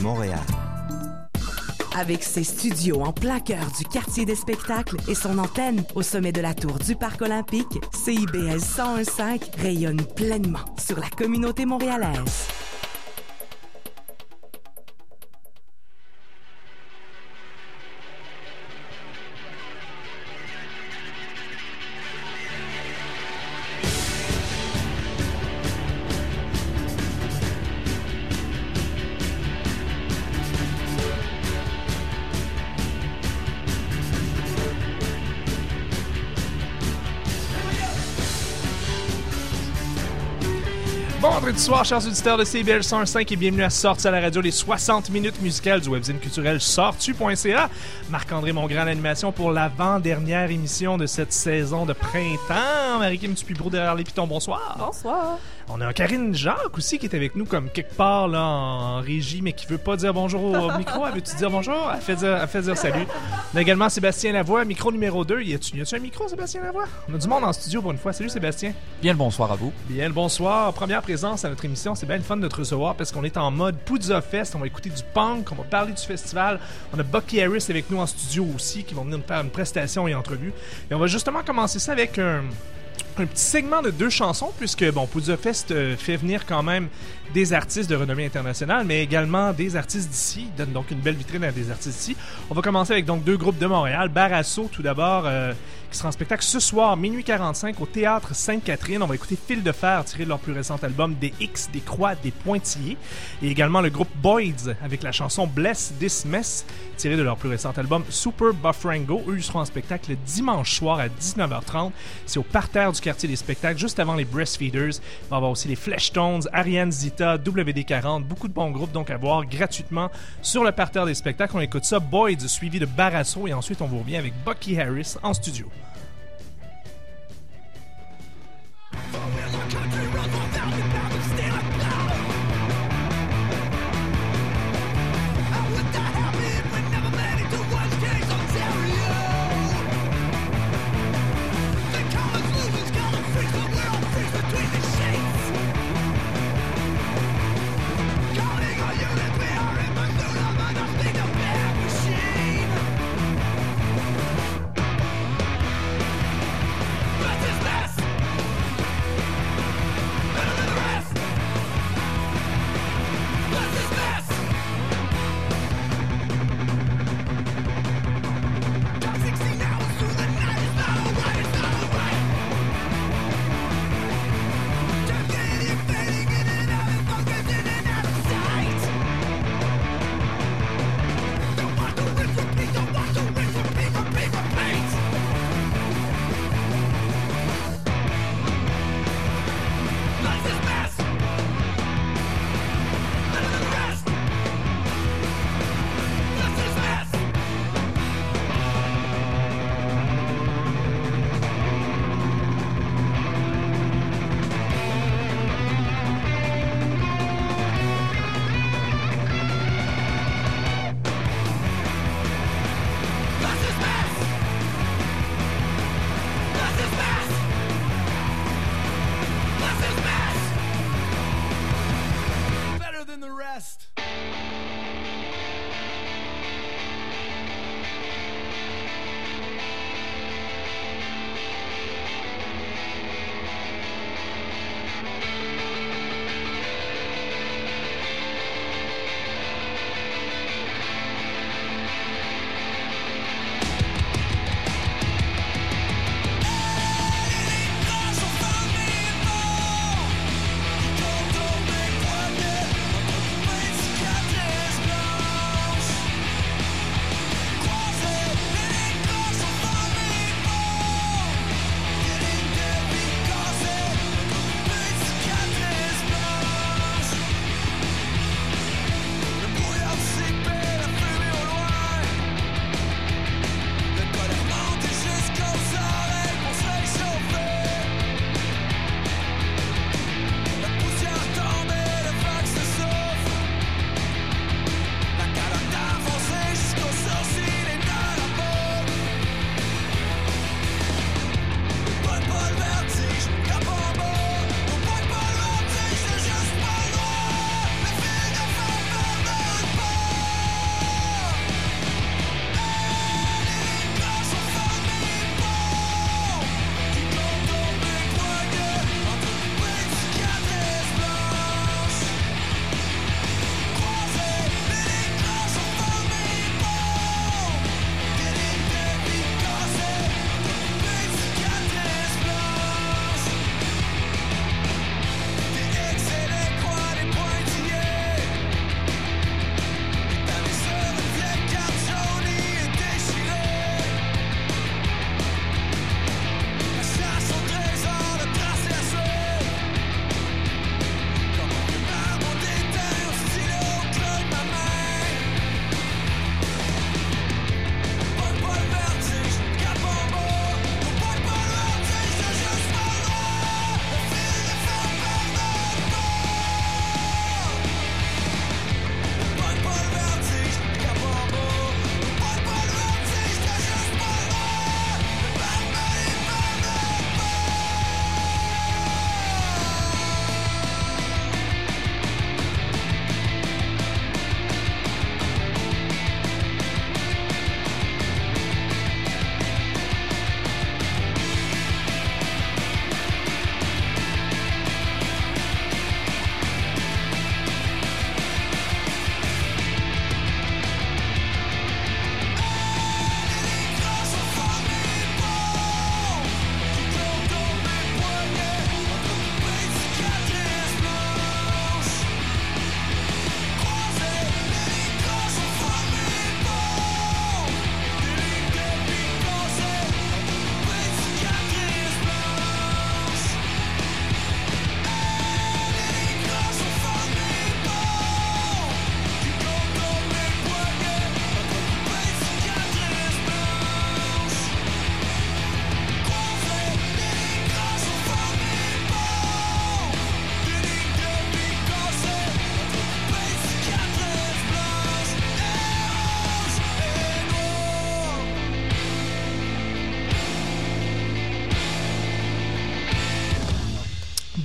Montréal. Avec ses studios en plein cœur du quartier des spectacles et son antenne au sommet de la tour du Parc olympique, CIBL 101.5 rayonne pleinement sur la communauté montréalaise. Bon vendredi soir, chers auditeurs de CIBL 105 et bienvenue à Sorties à la radio, les 60 minutes musicales du webzine culturel sortu.ca. Marc-André Mongrain à l'animation pour l'avant-dernière émission de cette saison de printemps. Marie-Kim Dupuis-Brou derrière les pitons, bonsoir. Bonsoir. On a Karine Jacques aussi qui est avec nous comme quelque part là en régie mais qui veut pas dire bonjour au micro. Elle veut-tu dire bonjour? Elle fait dire salut. On a également Sébastien Lavoie, micro numéro 2. Y a-tu un micro, Sébastien Lavoie? On a du monde en studio pour une fois. Salut Sébastien. Bien le bonsoir à vous. Bien le bonsoir. Première présence à notre émission. C'est bien le fun de te recevoir parce qu'on est en mode Poudza Fest. On va écouter du punk, on va parler du festival. On a Bucky Harris avec nous en studio aussi qui vont venir nous faire une prestation et entrevue. Et on va justement commencer ça avec un petit segment de 2 chansons, puisque, bon, Poudza Fest fait venir quand même des artistes de renommée internationale, mais également des artistes d'ici. Il donne donc une belle vitrine à des artistes d'ici. On va commencer avec donc 2 groupes de Montréal. Barasso, tout d'abord, qui sera en spectacle ce soir, minuit 45, au Théâtre Sainte-Catherine. On va écouter Fil de fer, tiré de leur plus récent album, Des X, des Croix, des Pointillés. Et également le groupe Boyds, avec la chanson Bless This Mess, tirée de leur plus récent album, Super Buffarango. Eux, ils seront en spectacle le dimanche soir à 19h30. C'est au parterre du quartier des spectacles, juste avant les Breastfeeders. Il va y avoir aussi les Fleshtones, Ariane Zita, WD40, beaucoup de bons groupes donc à voir gratuitement sur le parterre des spectacles. On écoute ça, Boyds, suivi de Barasso, et ensuite on vous revient avec Bucky Harris en studio.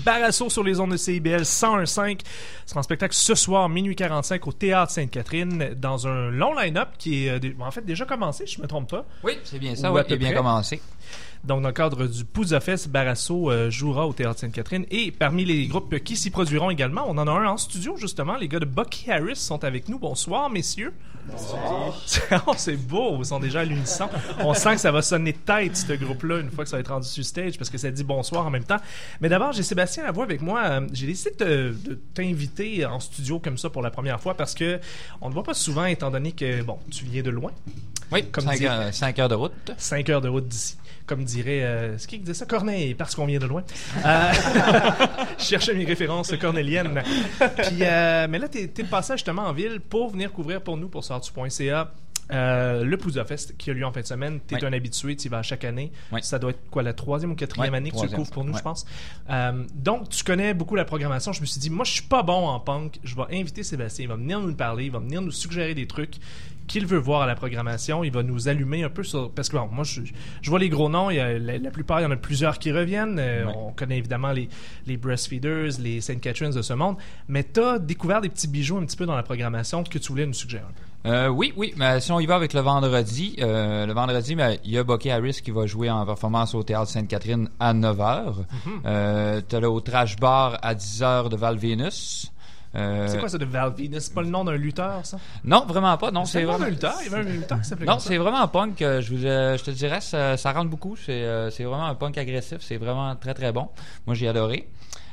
Barasso sur les ondes de CIBL 101.5. Ce sera en spectacle ce soir, minuit 45, au Théâtre Sainte-Catherine, dans un long line-up qui est en fait déjà commencé, je ne me trompe pas. Oui, c'est bien ça, oui, il est bien commencé. Donc, dans le cadre du Poudza Fest, Barasso jouera au Théâtre Sainte-Catherine. Et parmi les groupes qui s'y produiront également, on en a un en studio, justement. Les gars de Bucky Harris sont avec nous. Bonsoir, messieurs. Bonsoir. Oh, c'est beau, ils sont déjà à l'unisson. On sent que ça va sonner tête, ce groupe-là, une fois que ça va être rendu sur stage, parce que ça dit bonsoir en même temps. Mais d'abord, j'ai Sébastien Lavoie avec moi. J'ai décidé de t'inviter en studio comme ça pour la première fois, parce que on ne voit pas souvent, étant donné que, bon, tu viens de loin. Oui, 5 heures de route. 5 heures de route d'ici. Comme dirait... c'est qui disait ça? Corneille, parce qu'on vient de loin. Je cherchais mes références cornéliennes. Puis, mais là, t'es de passage justement en ville pour venir couvrir pour nous, pour sortu.ca, le Poudza Fest qui a lieu en fin de semaine. T'es un habitué, tu y vas chaque année. Oui. Ça doit être quoi, la 3e ou 4e année que tu le couvres pour nous, je pense. Donc, tu connais beaucoup la programmation. Je me suis dit, moi, je suis pas bon en punk. Je vais inviter Sébastien. Il va venir nous parler. Il va venir nous suggérer des trucs qu'il veut voir à la programmation. Il va nous allumer un peu sur... Parce que bon, moi, je vois les gros noms. La plupart, il y en a plusieurs qui reviennent. On connaît évidemment les Breastfeeders, les St. Catharines de ce monde. Mais tu as découvert des petits bijoux un petit peu dans la programmation que tu voulais nous suggérer un peu. Oui. Mais si on y va avec le vendredi, il y a Bucky Harris qui va jouer en performance au Théâtre Sainte-Catherine à 9h. Tu as le Trash Bar à 10h de Val Venus. C'est quoi ça de Val Venus? C'est pas le nom d'un lutteur, ça? Non, vraiment pas. Non, c'est vraiment un lutteur. Il y avait un lutteur qui s'appelait Non, c'est vraiment un punk. Je te dirais, ça rentre beaucoup. C'est vraiment un punk agressif. C'est vraiment très, très bon. Moi, j'ai adoré.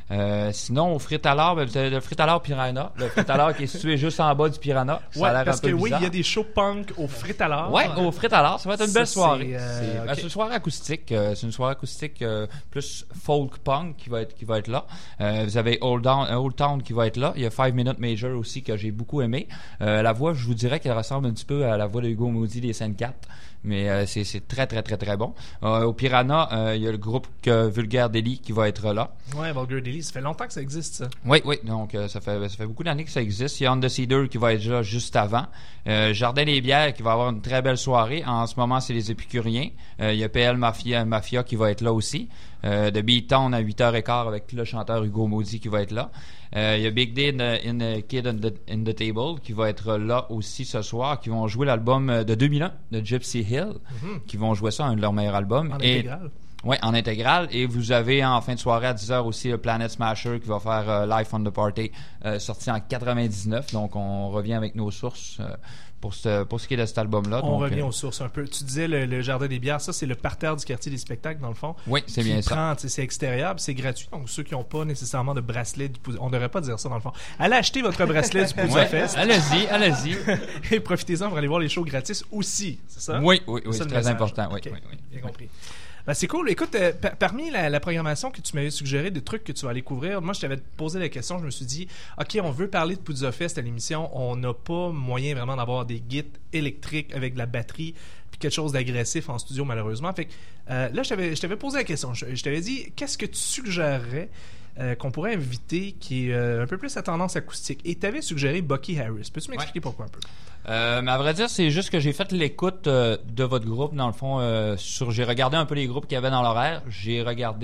Sinon, au Frites à l'art, le Frites à l'art Piranha. Le Frites à l'art qui est situé juste en bas du Piranha. Ça a l'air parce un peu que bizarre. il y a des shows punk au Frites à l'art. Oui, au Frites à l'art. Ça va être une belle soirée. Okay. C'est une soirée acoustique. C'est une soirée acoustique plus folk punk qui va être là. Vous avez Old Town qui va être là. Il y a 5 Minute Major aussi que j'ai beaucoup aimé. La voix, je vous dirais qu'elle ressemble un petit peu à la voix de Hugo Maudit des Scènes 4. Mais c'est très, très, très, très bon. Au Piranha, il y a le groupe Vulgaire Deli qui va être là. Ouais, Vulgaire Deli, ça fait longtemps que ça existe, ça. Oui. Donc, ça fait beaucoup d'années que ça existe. Il y a On the Cedar qui va être là juste avant. Jardin des Bières qui va avoir une très belle soirée. En ce moment, c'est les Épicuriens. Il y a PL Mafia qui va être là aussi. De Beatown à 8h15 avec le chanteur Hugo Maudit qui va être là. Il y a Big Day in Kid in the Table qui va être là aussi ce soir, qui vont jouer l'album de 2001 de Gypsy Hill, qui vont jouer ça, un de leurs meilleurs albums. En intégral? Oui, en intégral. Et vous avez en fin de soirée à 10h aussi le Planet Smasher qui va faire Life on the Party, sorti en 99. Donc on revient avec nos sources pour ce qui est de cet album-là. On revient aux sources un peu. Tu disais le Jardin des Bières, ça c'est le parterre du quartier des spectacles dans le fond. Oui, c'est bien ça. C'est extérieur, c'est gratuit. Donc ceux qui n'ont pas nécessairement de bracelet du Poudza, on ne devrait pas dire ça dans le fond. Allez acheter votre bracelet du Poudza Fest. Allez-y. Et profitez-en pour aller voir les shows gratis aussi, c'est ça? Oui, c'est très important. Okay. Oui. Bien compris. Ben, c'est cool. Écoute, parmi la programmation que tu m'avais suggéré, des trucs que tu vas aller couvrir, moi, je t'avais posé la question, je me suis dit, OK, on veut parler de Poudza Fest à l'émission, on n'a pas moyen vraiment d'avoir des guides électriques avec de la batterie puis quelque chose d'agressif en studio, malheureusement. Fait que là, je t'avais posé la question. Je t'avais dit, qu'est-ce que tu suggérerais qu'on pourrait inviter qui est un peu plus à tendance acoustique? Et tu avais suggéré Bucky Harris. Peux-tu m'expliquer pourquoi un peu? Mais à vrai dire, c'est juste que j'ai fait l'écoute de votre groupe, dans le fond. J'ai regardé un peu les groupes qu'il y avait dans l'horaire. J'ai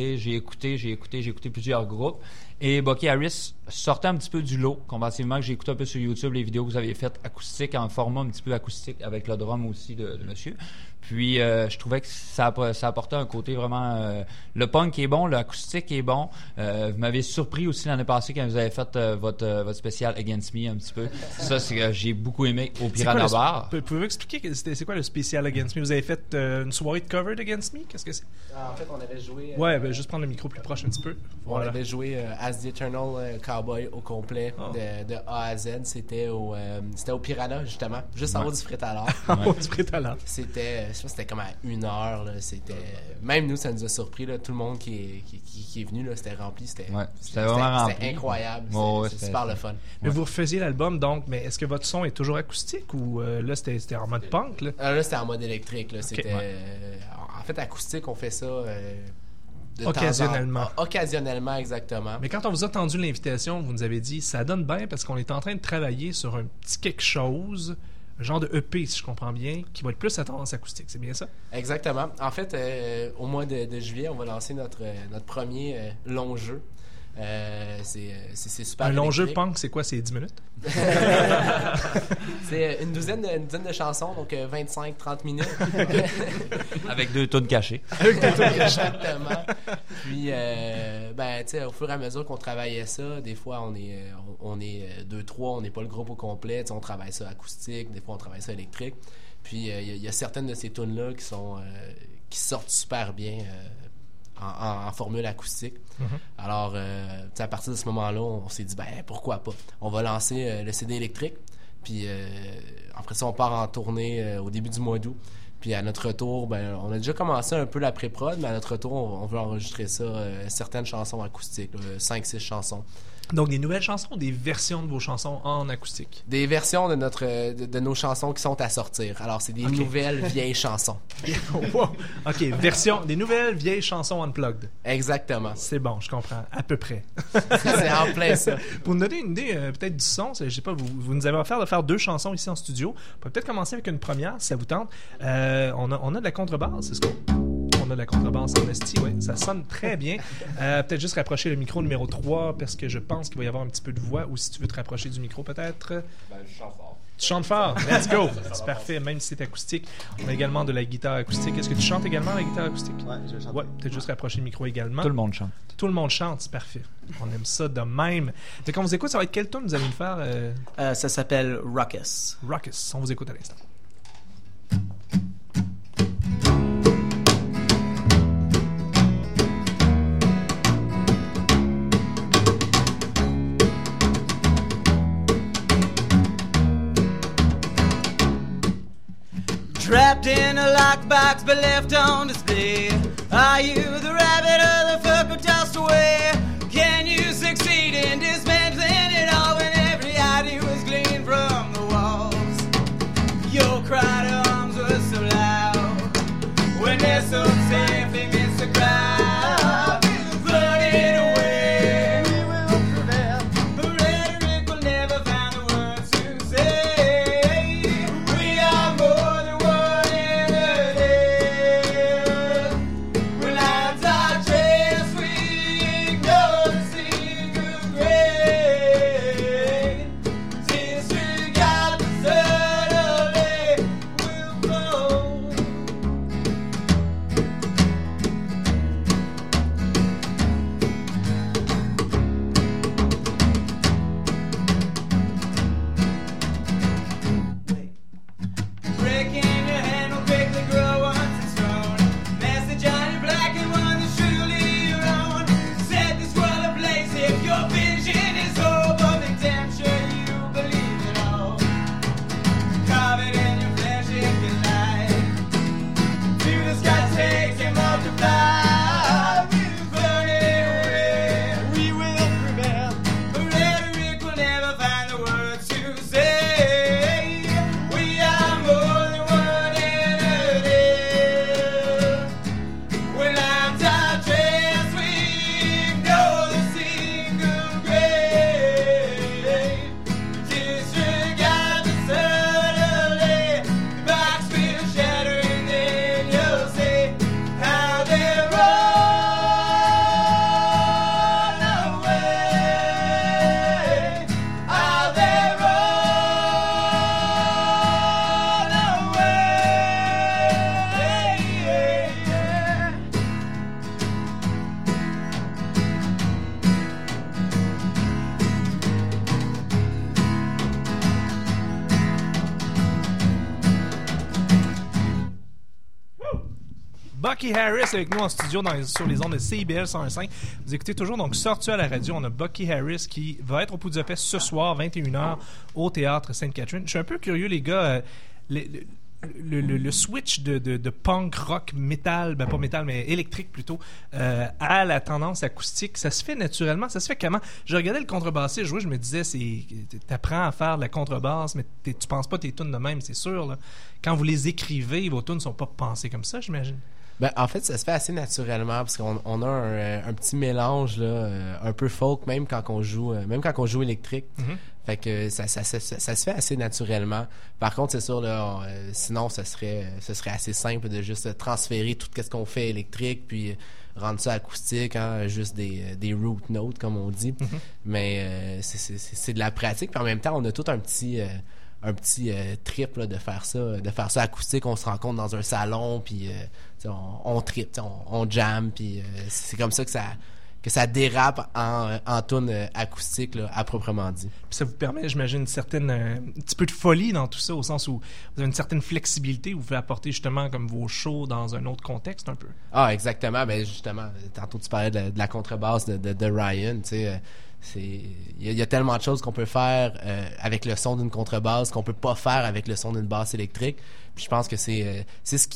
écouté plusieurs groupes. Et Bucky Harris sortait un petit peu du lot, comparativement que j'ai écouté un peu sur YouTube les vidéos que vous avez faites acoustiques, en format un petit peu acoustique, avec le drum aussi de monsieur. Puis je trouvais que ça apportait un côté vraiment... le punk est bon, l'acoustique est bon. Vous m'avez surpris aussi l'année passée quand vous avez fait votre spécial Against Me un petit peu. Ça, c'est que j'ai beaucoup aimé au Piranha Bar. Pouvez-vous expliquer c'est quoi le spécial Against Me? Vous avez fait une soirée de cover d'Against Me? Qu'est-ce que c'est? En fait, on avait joué... juste prendre le micro plus proche un petit peu. Voilà. On avait joué As the Eternal Cowboy au complet, de A à Z. C'était au Piranha, justement, juste en haut du Frites à l'art. En haut du Frites à l'art. C'était comme à 1h. Là, même nous, ça nous a surpris. Là, tout le monde qui est venu, là, c'était rempli. C'était incroyable. C'était super le fun. Mais vous refaisiez l'album, donc, mais est-ce que votre son est toujours acoustique ou là, c'était en mode punk? Là, c'était en mode électrique. Là. En fait, acoustique, on fait ça... occasionnellement. Occasionnellement, exactement. Mais quand on vous a tendu l'invitation, vous nous avez dit ça donne bien parce qu'on est en train de travailler sur un petit quelque chose, un genre de EP, si je comprends bien, qui va être plus à tendance acoustique. C'est bien ça? Exactement. En fait, au mois de juillet, on va lancer notre premier long jeu. C'est super. Un long jeu punk, c'est quoi? C'est 10 minutes? C'est une douzaine de chansons, donc 25-30 minutes. Avec 2 tunes cachées. Exactement. Puis, au fur et à mesure qu'on travaillait ça, des fois, on est 2-3, on n'est pas le groupe au complet. On travaille ça acoustique, des fois, on travaille ça électrique. Puis, il y a certaines de ces tunes-là qui sortent super bien en formule acoustique. Mm-hmm. Alors, à partir de ce moment-là, on s'est dit, pourquoi pas? On va lancer le CD électrique. Puis, après ça, on part en tournée au début du mois d'août. Puis, à notre retour, on a déjà commencé un peu la pré-prod, mais à notre retour, on veut enregistrer ça, certaines chansons acoustiques, 5-6 chansons. Donc, des nouvelles chansons ou des versions de vos chansons en acoustique? Des versions de nos chansons qui sont à sortir. Alors, c'est des nouvelles vieilles chansons. Wow. OK, des nouvelles vieilles chansons unplugged. Exactement. C'est bon, je comprends. À peu près. C'est en plein ça. Pour nous donner une idée, peut-être du son, je sais pas, vous nous avez offert de faire 2 chansons ici en studio. On peut peut-être commencer avec une première, si ça vous tente. On a de la contrebasse, c'est ce qu'on a de la contrebasse en esti, oui, ça sonne très bien. Peut-être juste rapprocher le micro numéro 3 parce que je pense qu'il va y avoir un petit peu de voix, ou si tu veux te rapprocher du micro peut-être. Je chante fort. Tu chantes fort, let's go! C'est parfait, même si c'est acoustique. On a également de la guitare acoustique. Est-ce que tu chantes également la guitare acoustique? Oui, je chante. Ouais, peut-être juste rapprocher le micro également. Tout le monde chante. Tout le monde chante, c'est parfait. On aime ça de même. Fait qu'on vous écoute, ça va être quel tune vous allez nous faire? Ça s'appelle Ruckus. Ruckus, on vous écoute à l'instant. Trapped in a lockbox but left on display. Are you the rabbit or the fuck who tossed away? Can you succeed in dismantling it all when every idea was gleaned from the walls? Your cry to arms was so loud when they're so safe against the crowd. Floating away, we will prevail. The rhetoric will never find the words to say. We are more than one enemy. When lives are chased, we ignore the single grain. Disregard the subtlety will flow. Brick in your hand will quickly grow once it's thrown. Message on your black and one that's truly your own. Set this world ablaze if your vision is hope of redemption. You believe it all. Carve it in your flesh if you like. To the sky take and multiply. Burn it away. We will prevail. The rhetoric will never find the words to say. We are more than one entity. When lives are traced, we ignore the single grain. Disregard the subtlety. The box will shatter and then you'll see how they run away. How they run away. Bucky Harris avec nous en studio sur les ondes de CIBL 101.5. Vous écoutez toujours donc Sortu à la radio. On a Bucky Harris qui va être au Poudre ce soir, 21h, au Théâtre Sainte-Catherine. Je suis un peu curieux, les gars. Le switch de punk, rock, métal, pas métal, mais électrique plutôt, à la tendance acoustique, ça se fait naturellement? Ça se fait comment? Je regardais le contrebassiste jouer, je me disais, t'apprends à faire de la contrebasse, mais tu penses pas tes tunes de même, c'est sûr. Là. Quand vous les écrivez, vos tunes ne sont pas pensées comme ça, j'imagine. Ben, en fait, ça se fait assez naturellement parce qu'on a un petit mélange là, un peu folk même quand on joue électrique. Mhm. Fait que ça se fait assez naturellement. Par contre, c'est sûr là, sinon ce serait assez simple de juste transférer tout ce qu'on fait électrique puis rendre ça acoustique, hein, juste des root notes comme on dit. Mhm. Mais c'est de la pratique. Puis en même temps, on a tout un petit trip là, de faire ça acoustique. On se rencontre dans un salon puis on trip, on jam puis c'est comme ça que ça dérape en tune acoustique là, à proprement dit. Puis ça vous permet, j'imagine, un petit peu de folie dans tout ça, au sens où vous avez une certaine flexibilité, vous pouvez apporter justement comme vos shows dans un autre contexte un peu. Ah, exactement. Ben justement, tantôt tu parlais de la contrebasse de Ryan, tu sais. Il y a tellement de choses qu'on peut faire avec le son d'une contrebasse qu'on peut pas faire avec le son d'une basse électrique. Puis je pense que c'est ce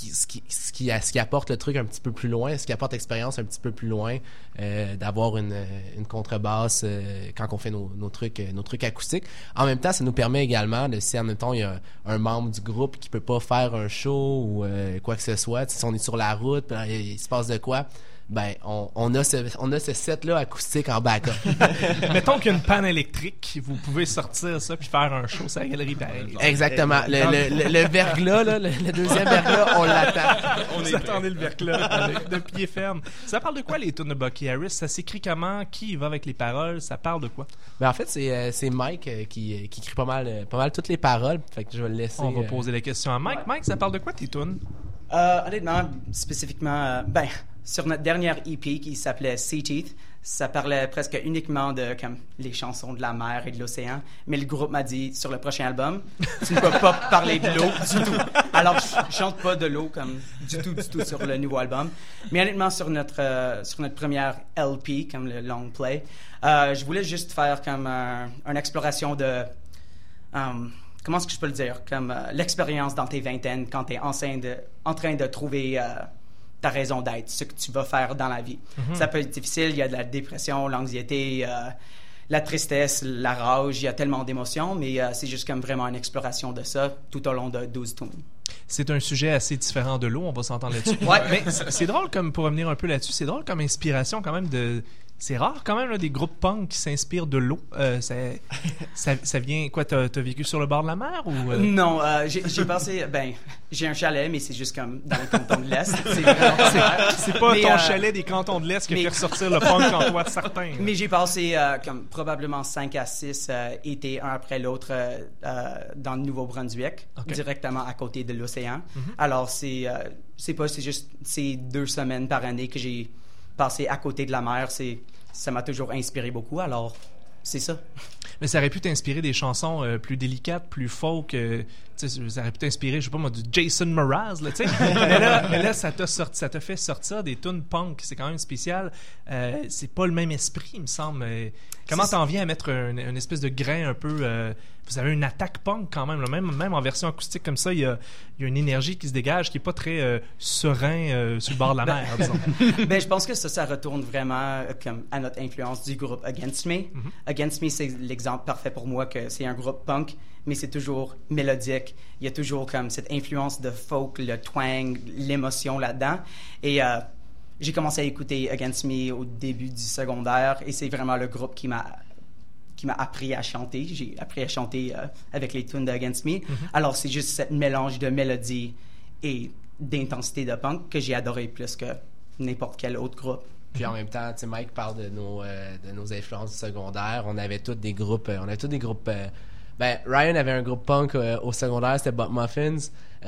qui apporte le truc un petit peu plus loin, ce qui apporte l'expérience un petit peu plus loin, d'avoir une contrebasse quand on fait nos trucs acoustiques. En même temps, ça nous permet également de, si en même temps il y a un membre du groupe qui peut pas faire un show ou quoi que ce soit, si on est sur la route, puis il se passe de quoi, ben on a ce set-là acoustique en backup. Mettons qu'il y a une panne électrique, vous pouvez sortir ça puis faire un show sur la galerie pareil. Exactement. Le verglas, là, le deuxième verglas, on l'attend. Vous attendez le verglas de pied ferme. Ça parle de quoi les tunes de Bucky Harris? Ça s'écrit comment? Qui va avec les paroles? Ça parle de quoi? Ben en fait, c'est Mike qui écrit pas mal toutes les paroles. Fait que je vais le laisser. On va poser la question à Mike. Mike, ça parle de quoi tes tunes? Honnêtement, spécifiquement, sur notre dernière EP qui s'appelait Sea Teeth, ça parlait presque uniquement de comme les chansons de la mer et de l'océan. Mais le groupe m'a dit, sur le prochain album, tu ne peux pas parler de l'eau du tout. Alors, je chante pas de l'eau comme du tout sur le nouveau album. Mais honnêtement, sur notre première LP, comme le long play, je voulais juste faire comme une exploration de... comment est-ce que je peux le dire? Comme l'expérience dans tes vingtaines, quand tu es en train de trouver ta raison d'être, ce que tu vas faire dans la vie. Mm-hmm. Ça peut être difficile, il y a de la dépression, l'anxiété, la tristesse, la rage, il y a tellement d'émotions, mais c'est juste comme vraiment une exploration de ça tout au long de 12 tunes. C'est un sujet assez différent de l'eau, on va s'entendre là-dessus. Ouais. Mais c'est drôle, comme pour revenir un peu là-dessus, c'est drôle comme inspiration quand même de... C'est rare quand même là, des groupes punk qui s'inspirent de l'eau. Ça vient... Quoi, t'as vécu sur le bord de la mer ou... Non, j'ai passé... j'ai un chalet, mais c'est juste comme dans le canton de l'Est. C'est pas ton chalet des cantons de l'Est qui fait ressortir le punk en toi, certain. Mais j'ai passé comme probablement 5 à 6 étés, un après l'autre, dans le Nouveau-Brunswick, directement à côté de l'océan. Mm-hmm. Alors, c'est juste ces 2 semaines par année que j'ai passé à côté de la mer, ça m'a toujours inspiré beaucoup, alors c'est ça. Mais ça aurait pu t'inspirer des chansons plus délicates, plus folk, ça aurait pu t'inspirer, je sais pas moi, du Jason Mraz, là, tu sais. mais là, ça t'a fait sortir des tunes punk, c'est quand même spécial. C'est pas le même esprit, il me semble. Comment t'en viens à mettre une espèce de grain un peu... vous avez une attaque punk quand même, là. Même en version acoustique comme ça, il y a une énergie qui se dégage qui est pas très serein sur le bord de la mer, disons. Je pense que ça retourne vraiment comme à notre influence du groupe Against Me. Mm-hmm. Against Me, c'est l'exemple parfait pour moi que c'est un groupe punk, mais c'est toujours mélodique. Il y a toujours comme cette influence de folk, le twang, l'émotion là-dedans. Et j'ai commencé à écouter Against Me au début du secondaire et c'est vraiment le groupe qui m'a appris à chanter. J'ai appris à chanter avec les tunes d'Against Me. Mm-hmm. Alors, c'est juste ce mélange de mélodie et d'intensité de punk que j'ai adoré plus que n'importe quel autre groupe. Puis en même temps, tu sais, Mike parle de nos influences du secondaire. On avait tous des groupes... Ryan avait un groupe punk au secondaire, c'était Butt Muffins.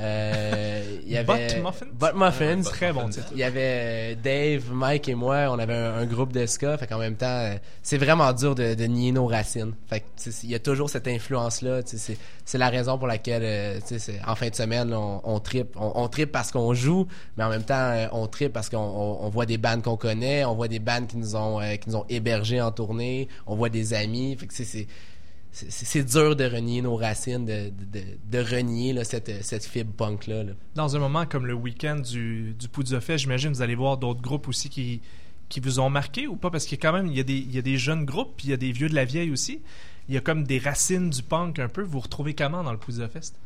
Il y avait Butt Muffins. Très bon titre. Il y avait Dave, Mike et moi, on avait un groupe de ska. Fait qu'en même temps, c'est vraiment dur de nier nos racines. Fait que il y a toujours cette influence-là. C'est la raison pour laquelle, en fin de semaine, là, on trippe. On trippe parce qu'on joue, mais en même temps, on trippe parce qu'on voit des bandes qu'on connaît, on voit des bandes qui nous ont hébergés en tournée, on voit des amis. Fait que c'est dur de renier nos racines, de renier là, cette fibre punk-là. Là. Dans un moment comme le week-end du Poudzofest, j'imagine que vous allez voir d'autres groupes aussi qui vous ont marqué ou pas? Parce qu'il y a quand même il y a des jeunes groupes, puis il y a des vieux de la vieille aussi. Il y a comme des racines du punk un peu. Vous vous retrouvez comment dans le Poudzofest?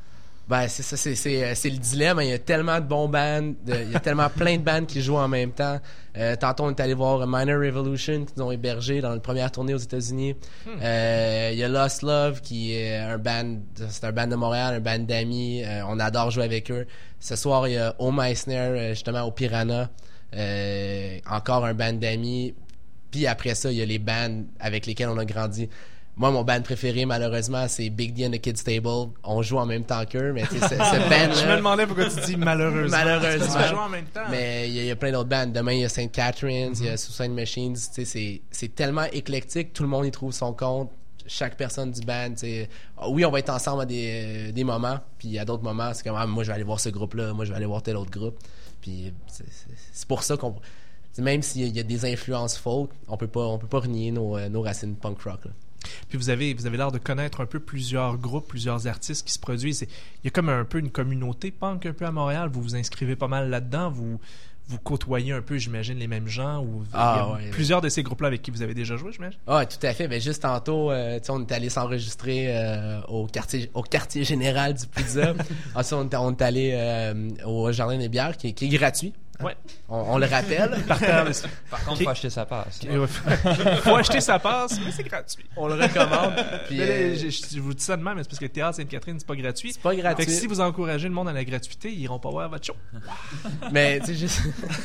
Ben, c'est ça, c'est le dilemme. Il y a tellement de bons bands, il y a tellement plein de bands qui jouent en même temps. Tantôt, on est allé voir Minor Revolution, qui nous ont hébergés dans la première tournée aux États-Unis. Il y a Lost Love, qui est c'est un band de Montréal, un band d'amis. On adore jouer avec eux. Ce soir, il y a Oh Meissner, justement, au Piranha. Encore un band d'amis. Puis après ça, il y a les bands avec lesquels on a grandi. Moi, mon band préféré, malheureusement, c'est Big D and the Kids Table. On joue en même temps qu'eux, mais tu sais, ce band-là... Je me demandais pourquoi tu dis malheureusement. Malheureusement. Tu joues en même temps. Mais il y a plein d'autres bands. Demain, il y a St. Catherine's, il y a Suicide Machines. Tu sais, c'est tellement éclectique. Tout le monde y trouve son compte. Chaque personne du band, tu sais... Oui, on va être ensemble à des moments. Puis à d'autres moments, c'est comme, moi, je vais aller voir ce groupe-là. Moi, je vais aller voir tel autre groupe. Puis c'est pour ça qu'on... Même s'il y a des influences folk, on peut pas renier nos racines punk rock, là. Puis vous avez l'air de connaître un peu plusieurs groupes, plusieurs artistes qui se produisent. Il y a comme un peu une communauté punk un peu à Montréal. Vous vous inscrivez pas mal là-dedans. Vous côtoyez un peu, j'imagine, les mêmes gens. Ou plusieurs de ces groupes-là avec qui vous avez déjà joué, j'imagine. Ah, tout à fait. Ben, juste tantôt, on est allé s'enregistrer au quartier général du Pizza. Ensuite, on est allé au Jardin des Bières, qui est gratuit. Ouais. On le rappelle. Par contre, faut acheter sa passe. Faut acheter sa passe, mais c'est gratuit. On le recommande. Puis, je vous dis ça de même, mais c'est parce que le Théâtre Sainte-Catherine, c'est pas gratuit. C'est pas gratuit. Fait que si vous encouragez le monde à la gratuité, ils iront pas voir votre show. Mais tu sais, juste...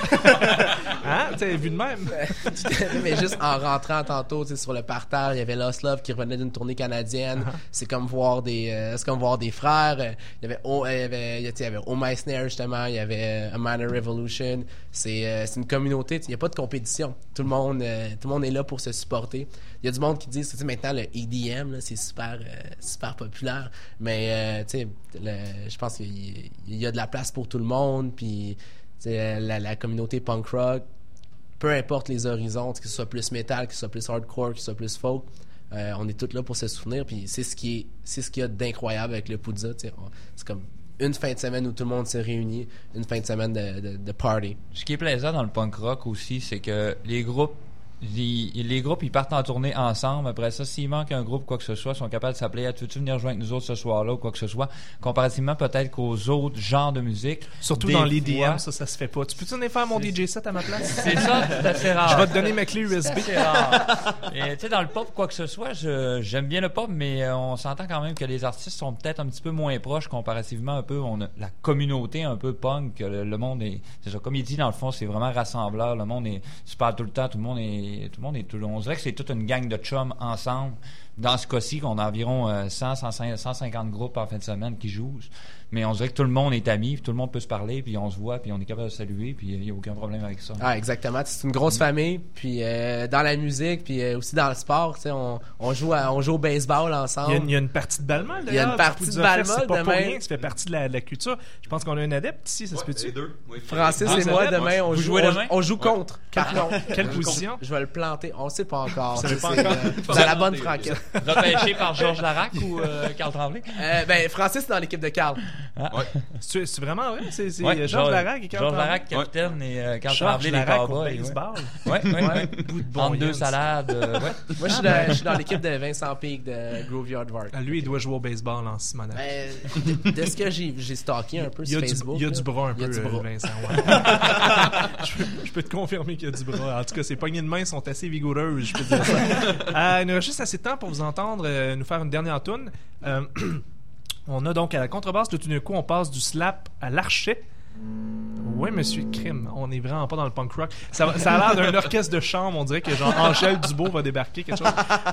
Hein? Tu sais, vu de même. Mais juste en rentrant tantôt, tu sais, sur le parterre, il y avait Lost Love qui revenait d'une tournée canadienne. C'est comme voir des frères. Il y avait Oh Meissner, justement. Il y avait A Minor Revolution. C'est une communauté, il n'y a pas de compétition. Tout le monde est là pour se supporter. Il y a du monde qui dit que maintenant le EDM, là, c'est super populaire, mais je pense qu'il y a de la place pour tout le monde. Puis la communauté punk rock, peu importe les horizons, que ce soit plus métal, que ce soit plus hardcore, que ce soit plus folk, on est tous là pour se souvenir. Puis c'est ce qu'il y a d'incroyable avec le Puzza. C'est comme une fin de semaine où tout le monde se réunit, une fin de semaine de party. Ce qui est plaisant dans le punk rock aussi, c'est que les groupes ils partent en tournée ensemble. Après ça, s'il manque un groupe, quoi que ce soit, ils sont capables de s'appeler « tu venir jouer avec nous autres ce soir-là » ou quoi que ce soit, comparativement peut-être qu'aux autres genres de musique. Surtout dans l'EDM, ça se fait pas. Tu peux-tu venir faire mon DJ set à ma place? C'est ça, c'est assez rare. Je vais te donner ma clé USB. C'est rare. Et tu sais, dans le pop, quoi que ce soit, j'aime bien le pop, mais on s'entend quand même que les artistes sont peut-être un petit peu moins proches comparativement un peu. On a la communauté un peu punk, le monde est... C'est ça, comme il dit, dans le fond, c'est vraiment rassembleur. Le monde se parle tout le temps, on dirait que c'est toute une gang de chums ensemble. Dans ce cas-ci, on a environ 150 groupes en fin de semaine qui jouent. Mais on dirait que tout le monde est ami, puis tout le monde peut se parler, puis on se voit, puis on est capable de saluer, puis il n'y a aucun problème avec ça. Ah, exactement. C'est une grosse famille. Puis dans la musique, puis aussi dans le sport, on joue au baseball ensemble. Il y a une partie de balle molle, d'ailleurs. Il y a une partie de balle molle demain. Ça fait partie de la culture. Je pense qu'on a un adepte ici, ça se peut-tu? Les deux. Oui. Francis et moi, demain, on joue contre. Quelle position? Je vais le planter. On ne sait pas encore. Vous savez pas encore? C'est la bonne franquette. Repêché par Georges Larac ou Carl Tremblay? Francis est dans l'équipe de Carl. Ah. Ouais. C'est vraiment vrai? C'est ouais, Georges Larac et Carl Georges Tremblay? Larac, capitaine, et Carl Georges Tremblay, les Larac au Cowboys. baseball. Ouais. Bout de bon Entre deux Jens. salades. Ouais. Moi, je suis dans l'équipe de Vincent Peake de Graveyard Vark. Lui, il doit jouer au baseball en Simonac. De ce que j'ai stalké un peu sur Facebook. Il y a du bras un peu, du bras. Vincent. Ouais. je peux te confirmer qu'il y a du bras. En tout cas, ses poignées de main sont assez vigoureuses, je peux te dire ça. Il nous reste juste assez de temps pour vous entendre nous faire une dernière toune. On a donc à la contrebasse, tout d'un coup, on passe du slap à l'archet. Oui, monsieur Crime, on est vraiment pas dans le punk rock. Ça a l'air d'un orchestre de chambre, on dirait que genre Angèle Dubeau va débarquer, quelque chose.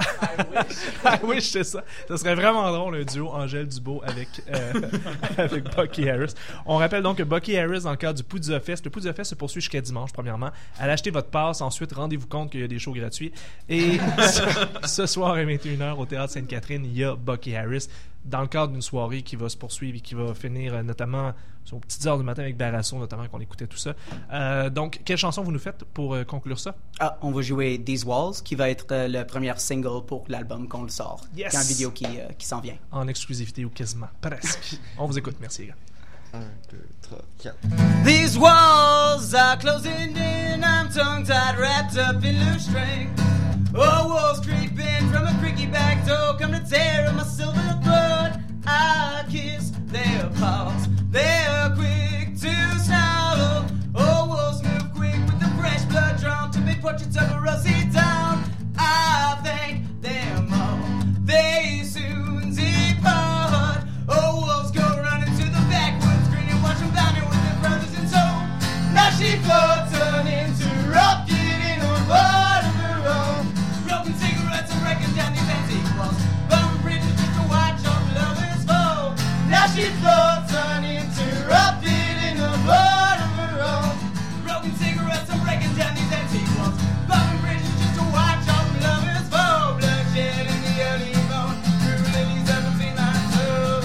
Oui, je sais ça. Ça serait vraiment drôle, un duo Angèle Dubeau avec Bucky Harris. On rappelle donc que Bucky Harris, dans le cadre du Puzza Fest, le Puzza Fest se poursuit jusqu'à dimanche, premièrement. Allez acheter votre passe, ensuite rendez-vous compte qu'il y a des shows gratuits. Et ce soir à 21h au Théâtre Sainte-Catherine, il y a Bucky Harris dans le cadre d'une soirée qui va se poursuivre et qui va finir notamment aux petites heures du matin avec Barasso, notamment, qu'on écoutait tout ça. Donc, quelle chanson vous nous faites pour conclure ça? On va jouer These Walls, qui va être le premier single pour l'album qu'on le sort. Yes! Il y a une vidéo qui s'en vient. En exclusivité ou quasiment, presque. On vous écoute, merci les gars. 1, 2, 3, 4. These walls are closing in. I'm tongue-tied, wrapped up in loose string. Oh, wolves creeping from a creaky back door, come to tear up my silver throat. I kiss their paws. They're quick to snarl. Oh, wolves move quick with the fresh blood drawn to make portraits of a rusty town. I thank them all. They soon depart. Oh, wolves go running to the backwoods, grinning, watch them bounding with their brothers in tow. Now she floats uninterrupted in a world of her own. Broken cigarettes and breaking down these antique walls. Bum bridges just to watch all lovers fall. Now she floats uninterrupted in a world of her own. Broken cigarettes and breaking down these antique walls. Bum bridges just to watch all lovers fall. Bloodshed in the early morn. Through lilies of between my toes.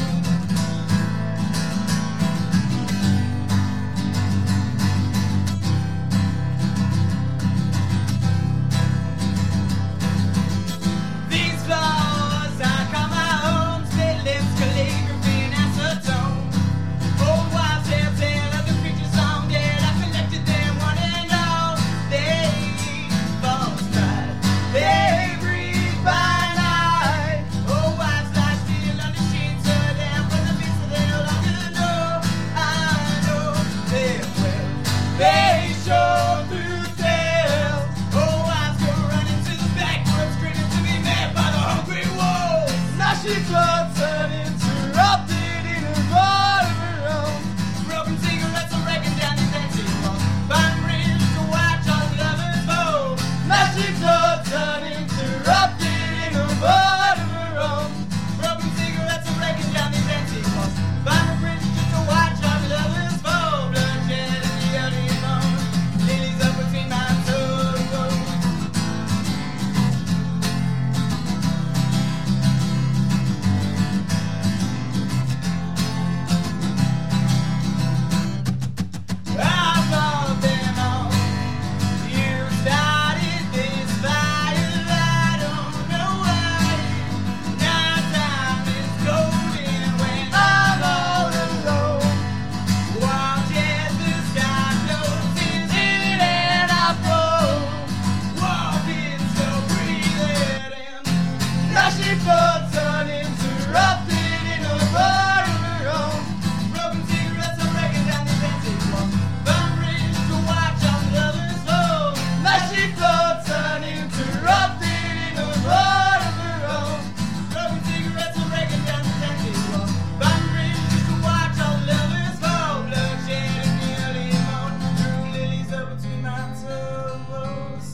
These flowers I call my own, spit lips, calligraphy, and acetone. Old wives' tale of the creature's long dead. I collected them one and all. They false pride, they breathe by night. Old wives lie still under sheets of them for the beasts that they no longer know. I know them well. They show through tales. Old wives go running to the backwoods, grinning to be met by the hungry wolves. Now she floats uninterrupted in a world of her own. Broken cigarettes are breaking down these antique walls. Fine bridges to watch all lovers fall. Now she floats uninterrupted in a world of her own. Broken cigarettes are breaking down these antique walls. Fine bridges just to watch all lovers fall. Bloodshed in the early morn. Lilies up between my toes. I thought them all. You started this fire, I don't know why. Now time is golden when I'm all alone. Watch as the sky floats in and I flow. Walking, still breathing in. Now she floats uninterrupted in a world of her own. Broken cigarettes are breaking down the antique walls. Bum bridges to watch all lovers fall. Now she floats uninterrupted in a world of her own. Broken cigarettes are breaking down the antique walls. Bum bridges just to watch all lovers fall. Bloodshed in the early morn. Through lilies up between my toes.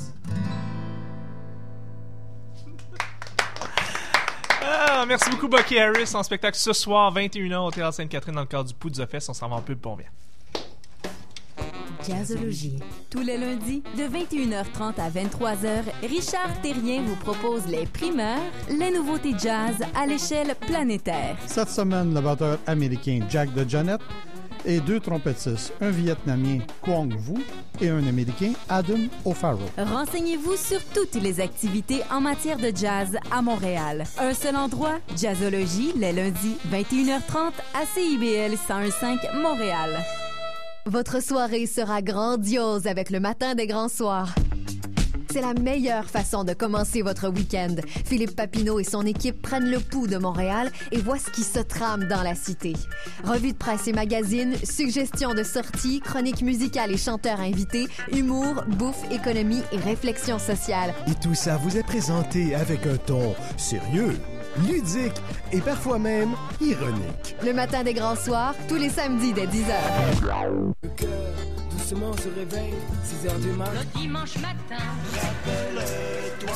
Ah, merci beaucoup, Bucky Harris, en spectacle ce soir, 21h au Théâtre Sainte-Catherine, dans le cadre du Poudre Fest. On s'en va en pub, bon bien. Jazzologie. Tous les lundis, de 21h30 à 23h, Richard Terrien vous propose les primeurs, les nouveautés jazz à l'échelle planétaire. Cette semaine, le batteur américain Jack DeJohnette et 2 trompettistes, un Vietnamien Quang Vu et un Américain Adam O'Farrell. Renseignez-vous sur toutes les activités en matière de jazz à Montréal. Un seul endroit, Jazzologie, les lundis, 21h30 à CIBL 101.5 Montréal. Votre soirée sera grandiose avec le matin des grands soirs. C'est la meilleure façon de commencer votre week-end. Philippe Papineau et son équipe prennent le pouls de Montréal et voient ce qui se trame dans la cité. Revue de presse et magazines, suggestions de sorties, chroniques musicales et chanteurs invités, humour, bouffe, économie et réflexion sociale. Et tout ça vous est présenté avec un ton sérieux, ludique et parfois même ironique. Le matin des grands soirs, tous les samedis dès 10h. Le cœur doucement se réveille, 6h du matin. Le dimanche matin. Rappelle-toi.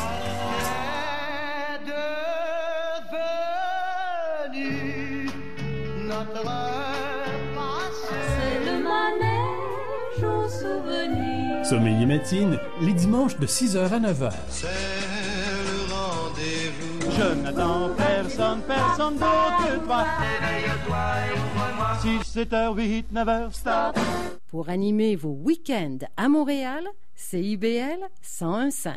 Est devenu notre passé. C'est le manège aux souvenirs. Sommeil et Médecine, les dimanches de 6h à 9h. C'est le rendez-vous. Je n'attends personne, personne d'autre que toi. Réveille-toi et ouvre-moi. 6, 7h, 8, 9h, stop. Pour animer vos week-ends à Montréal, CIBL 101.5.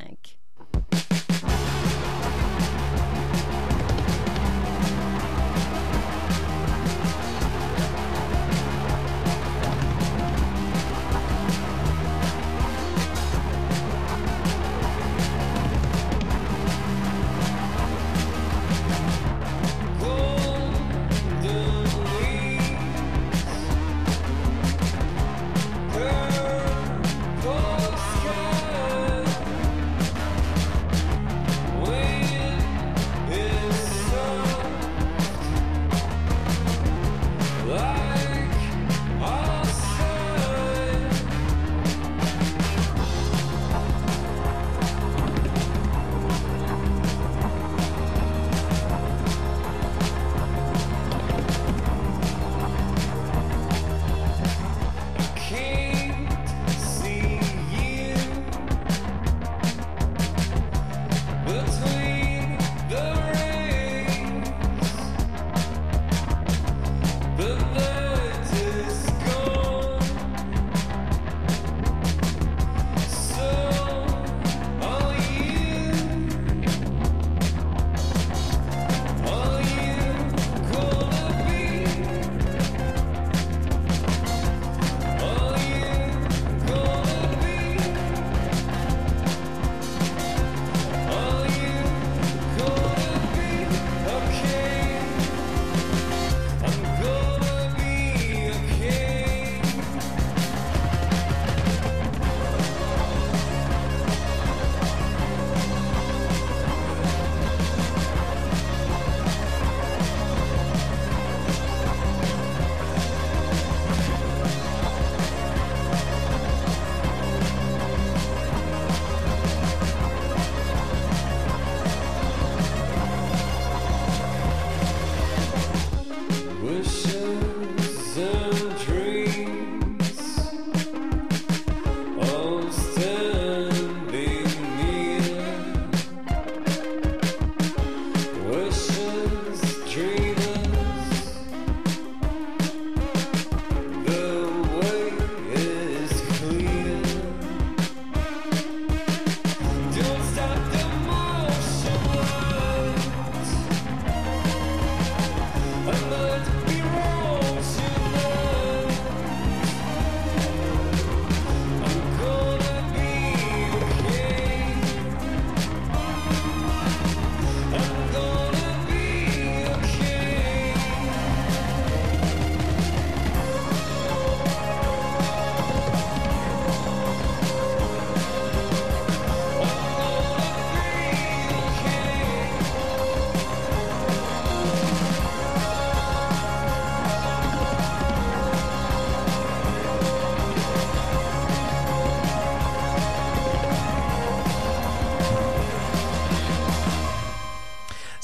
Golden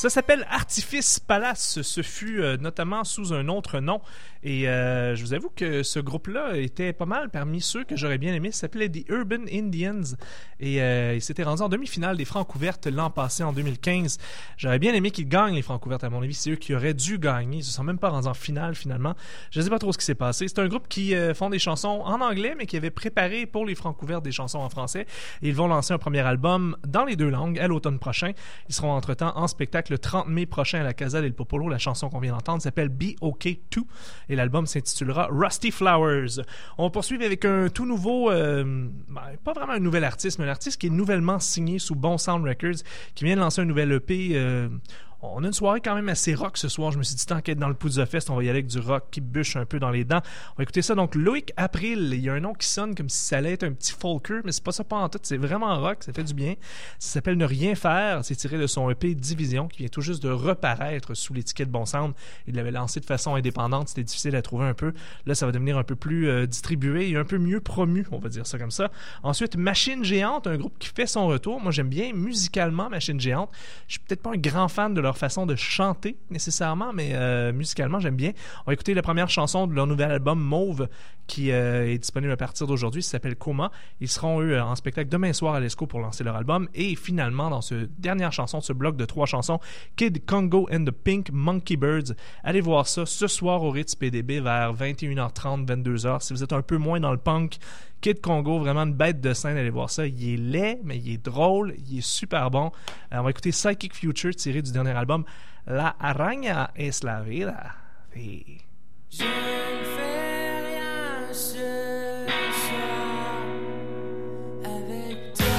Ça s'appelle Artifice Palace. Ce fut notamment sous un autre nom. Et je vous avoue que ce groupe-là était pas mal parmi ceux que j'aurais bien aimé. Ça s'appelait The Urban Indians. Et il s'était rendu en demi-finale des Francouvertes l'an passé, en 2015. J'aurais bien aimé qu'ils gagnent les Francouvertes. À mon avis, c'est eux qui auraient dû gagner. Ils ne se sont même pas rendus en finale, finalement. Je ne sais pas trop ce qui s'est passé. C'est un groupe qui font des chansons en anglais, mais qui avait préparé pour les Francouvertes des chansons en français. Et ils vont lancer un premier album dans les deux langues à l'automne prochain. Ils seront entre-temps en spectacle le 30 mai prochain à la Casa del Popolo. La chanson qu'on vient d'entendre s'appelle Be OK 2 et l'album s'intitulera Rusty Flowers. On va poursuivre avec un tout nouveau, pas vraiment un nouvel artiste, mais un artiste qui est nouvellement signé sous Bon Sound Records, qui vient de lancer un nouvel EP. On a une soirée quand même assez rock ce soir. Je me suis dit, tant qu'être dans le Poudza Fest, on va y aller avec du rock qui bûche un peu dans les dents. On va écouter ça. Donc, Loïc April, il y a un nom qui sonne comme si ça allait être un petit folker, mais c'est pas ça pas en tout. C'est vraiment rock, ça fait du bien. Ça s'appelle Ne Rien Faire. C'est tiré de son EP Division, qui vient tout juste de reparaître sous l'étiquette Bon Sound. Il l'avait lancé de façon indépendante. C'était difficile à trouver un peu. Là, ça va devenir un peu plus distribué et un peu mieux promu, on va dire ça comme ça. Ensuite, Machine Géante, un groupe qui fait son retour. Moi, j'aime bien musicalement Machine Géante. Je suis peut-être pas un grand fan de leur façon de chanter nécessairement, mais musicalement j'aime bien. On va écouter la première chanson de leur nouvel album Mauve qui est disponible à partir d'aujourd'hui. Ça s'appelle Coma. Ils seront eux en spectacle demain soir à l'ESCO pour lancer leur album. Et finalement, dans ce dernière chanson de ce bloc de 3 chansons, Kid Congo and the Pink Monkey Birds. Allez voir ça ce soir au Ritz PDB vers 21h30, 22h. Si vous êtes un peu moins dans le punk, Kid Congo, vraiment une bête de scène, allez voir ça. Il est laid, mais il est drôle, il est super bon. On va écouter Psychic Future tiré du dernier album, La Araña es la Vida. Et... Je ne fais rien ce soir avec toi.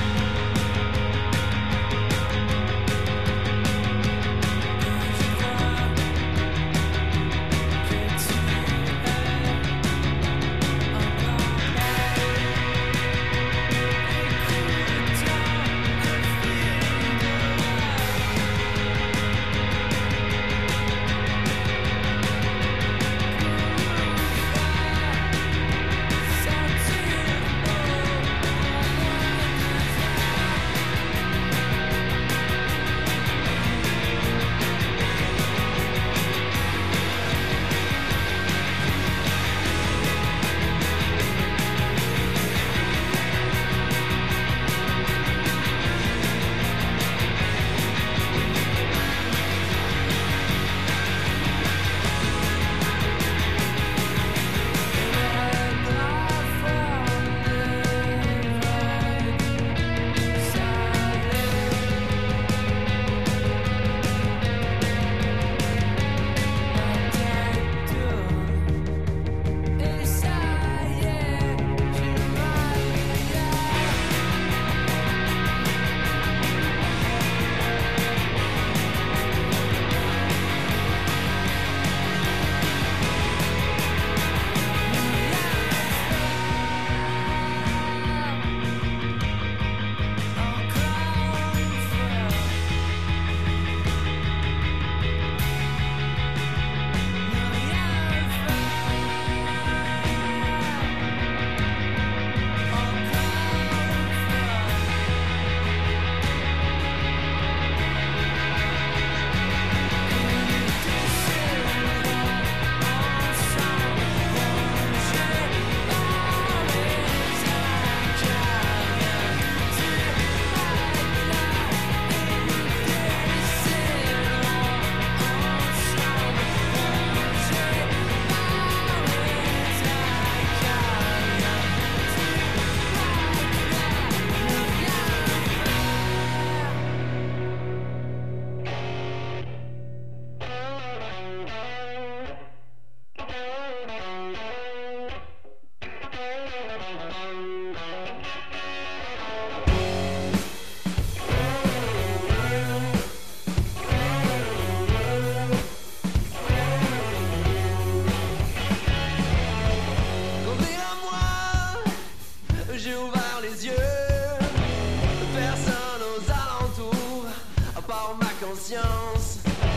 conscience.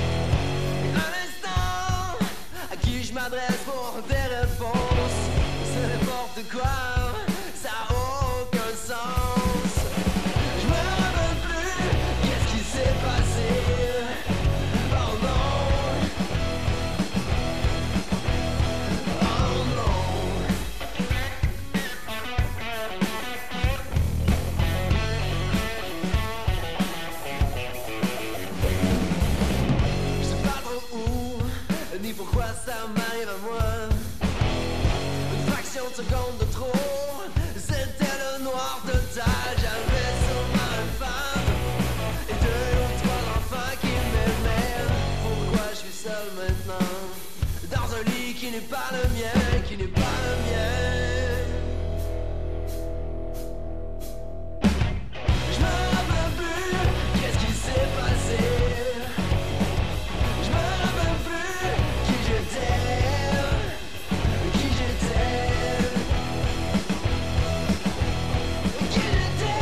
Un instant à qui je m'adresse pour des réponses. C'est n'importe quoi, ça a aucun sens. Je me rappelle plus qu'est-ce qui s'est passé. m'arrive à moi. Une fraction de seconde de trop, c'était le noir total. J'avais sûrement une femme et 2 ou 3 enfants qui m'aimaient. Pourquoi je suis seul maintenant, dans un lit qui n'est pas le mien, qui n'est pas le mien? Je me rappelle plus qu'est-ce qui s'est passé. Je me rappelle plus qui j'étais, qui j'étais, qui j'étais.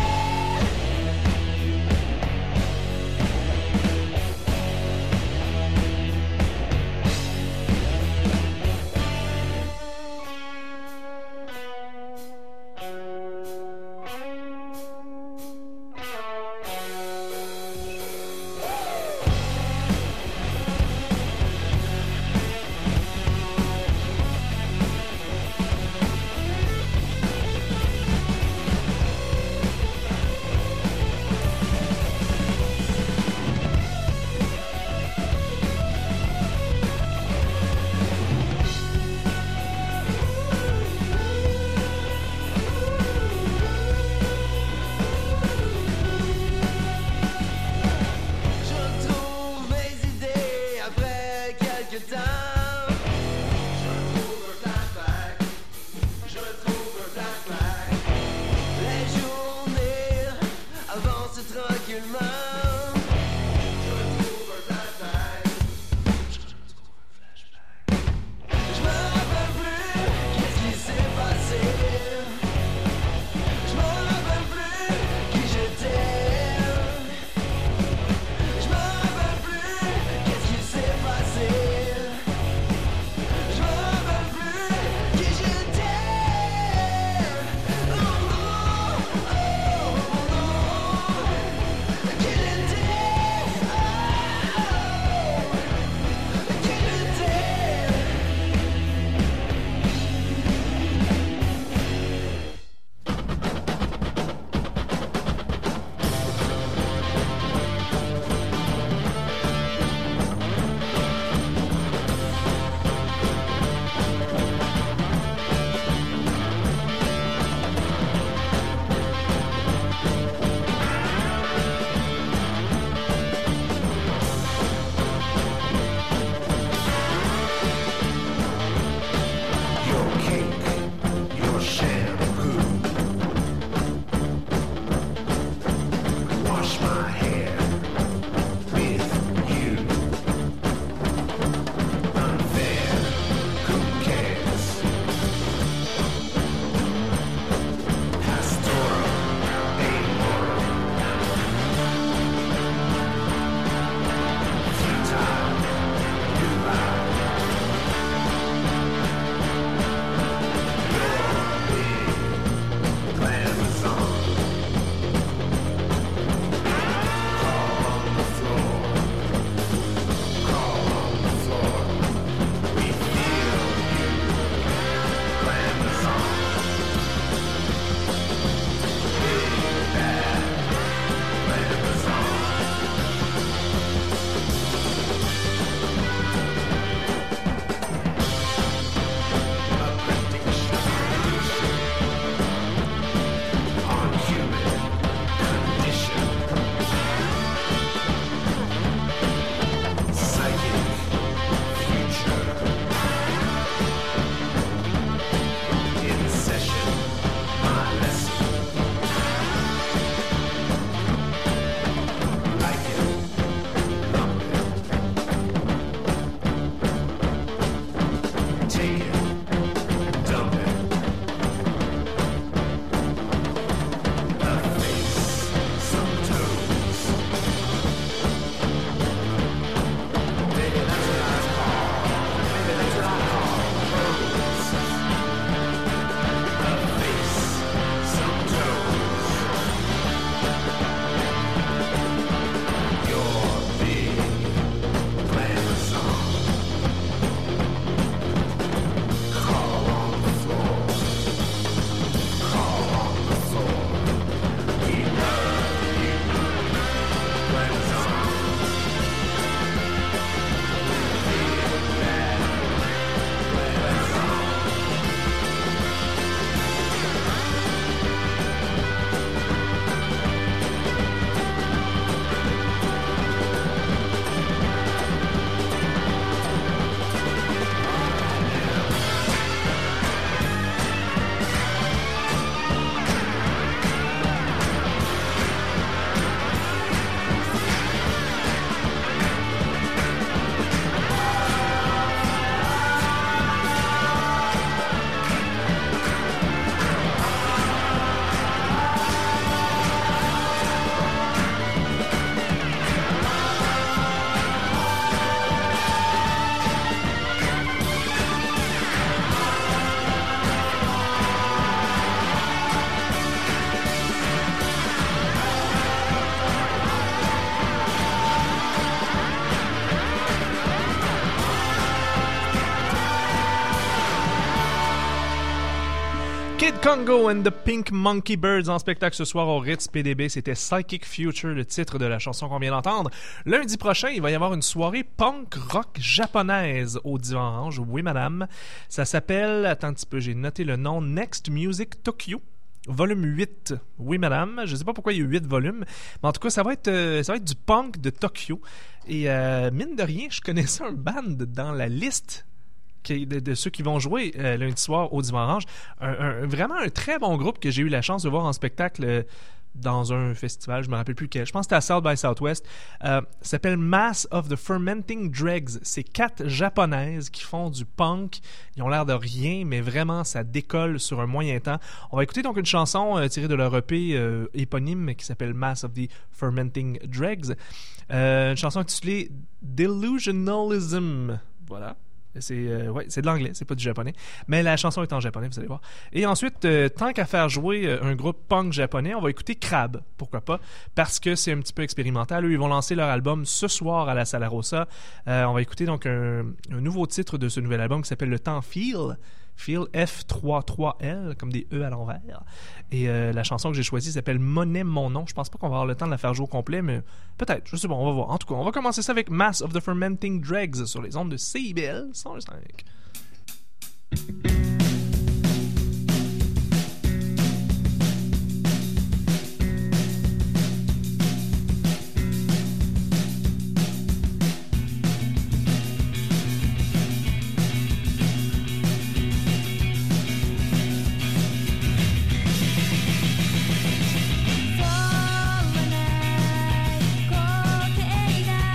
Kid Congo and the Pink Monkey Birds en spectacle ce soir au Ritz PDB. C'était Psychic Future, le titre de la chanson qu'on vient d'entendre. Lundi prochain, il va y avoir une soirée punk rock japonaise au Divan Orange. Oui, madame. Ça s'appelle, attends un petit peu, j'ai noté le nom, Next Music Tokyo. Volume 8. Oui, madame. Je sais pas pourquoi il y a 8 volumes. Mais en tout cas, ça va être du punk de Tokyo. Et mine de rien, je connaissais un band dans la liste de ceux qui vont jouer lundi soir au Divan Orange. Vraiment un très bon groupe que j'ai eu la chance de voir en spectacle dans un festival, je me rappelle plus quel. Je pense que c'était à South by Southwest. Ça s'appelle Mass of the Fermenting Dregs. C'est 4 japonaises qui font du punk. Ils ont l'air de rien, mais vraiment, ça décolle sur un moyen temps. On va écouter donc une chanson tirée de leur EP éponyme qui s'appelle Mass of the Fermenting Dregs. Une chanson intitulée Delusionalism. Voilà. C'est de l'anglais, c'est pas du japonais. Mais la chanson est en japonais, vous allez voir. Et ensuite, tant qu'à faire jouer un groupe punk japonais, on va écouter Crab, pourquoi pas, parce que c'est un petit peu expérimental. Eux, ils vont lancer leur album ce soir à la Sala Rossa. On va écouter donc un nouveau titre de ce nouvel album qui s'appelle Le Temps Feel, F33L, comme des E à l'envers. Et la chanson que j'ai choisie s'appelle Monnaie mon nom. Je pense pas qu'on va avoir le temps de la faire jouer au complet, mais peut-être, je sais pas, on va voir. En tout cas, on va commencer ça avec Mass of the Fermenting Dregs sur les ondes de CIBL 105.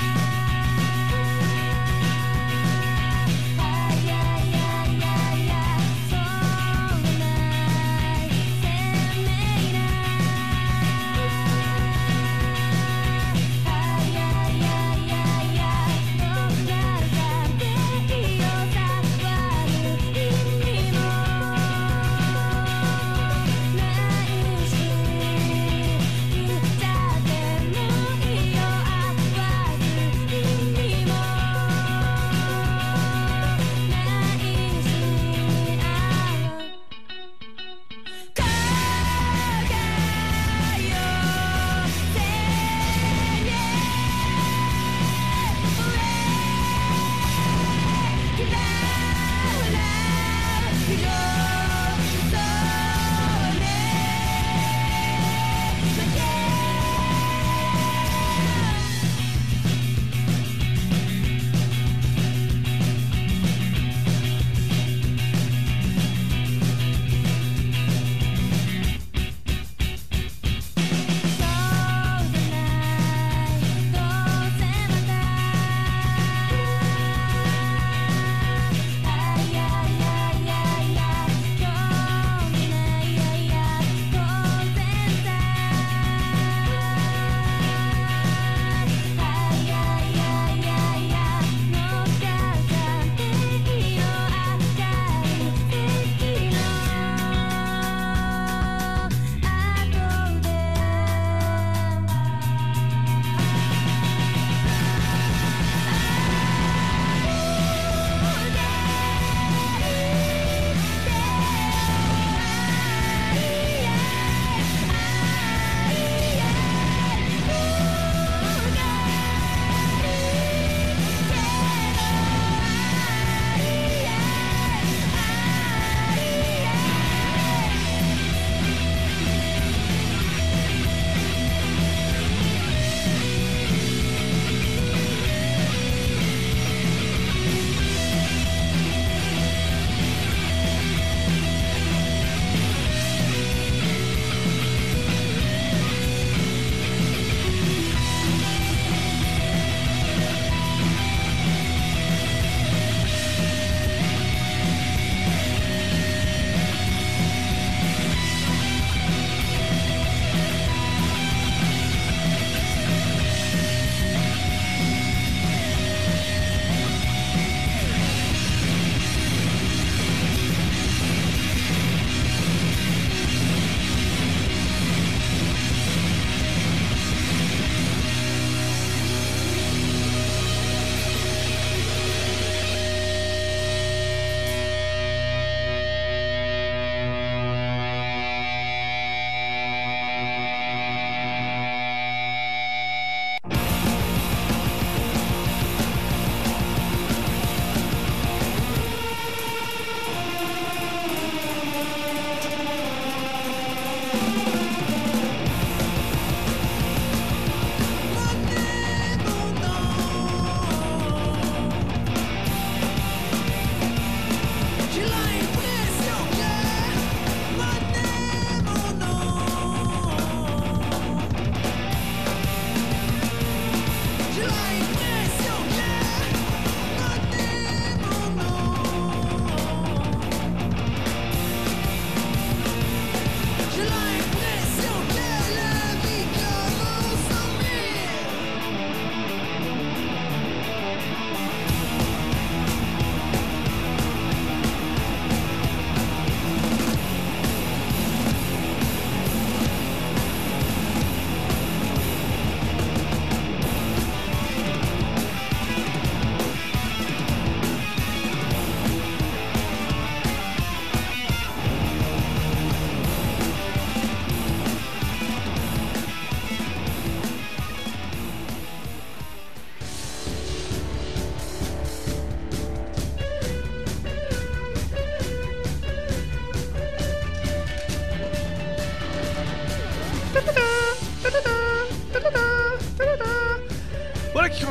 Yeah.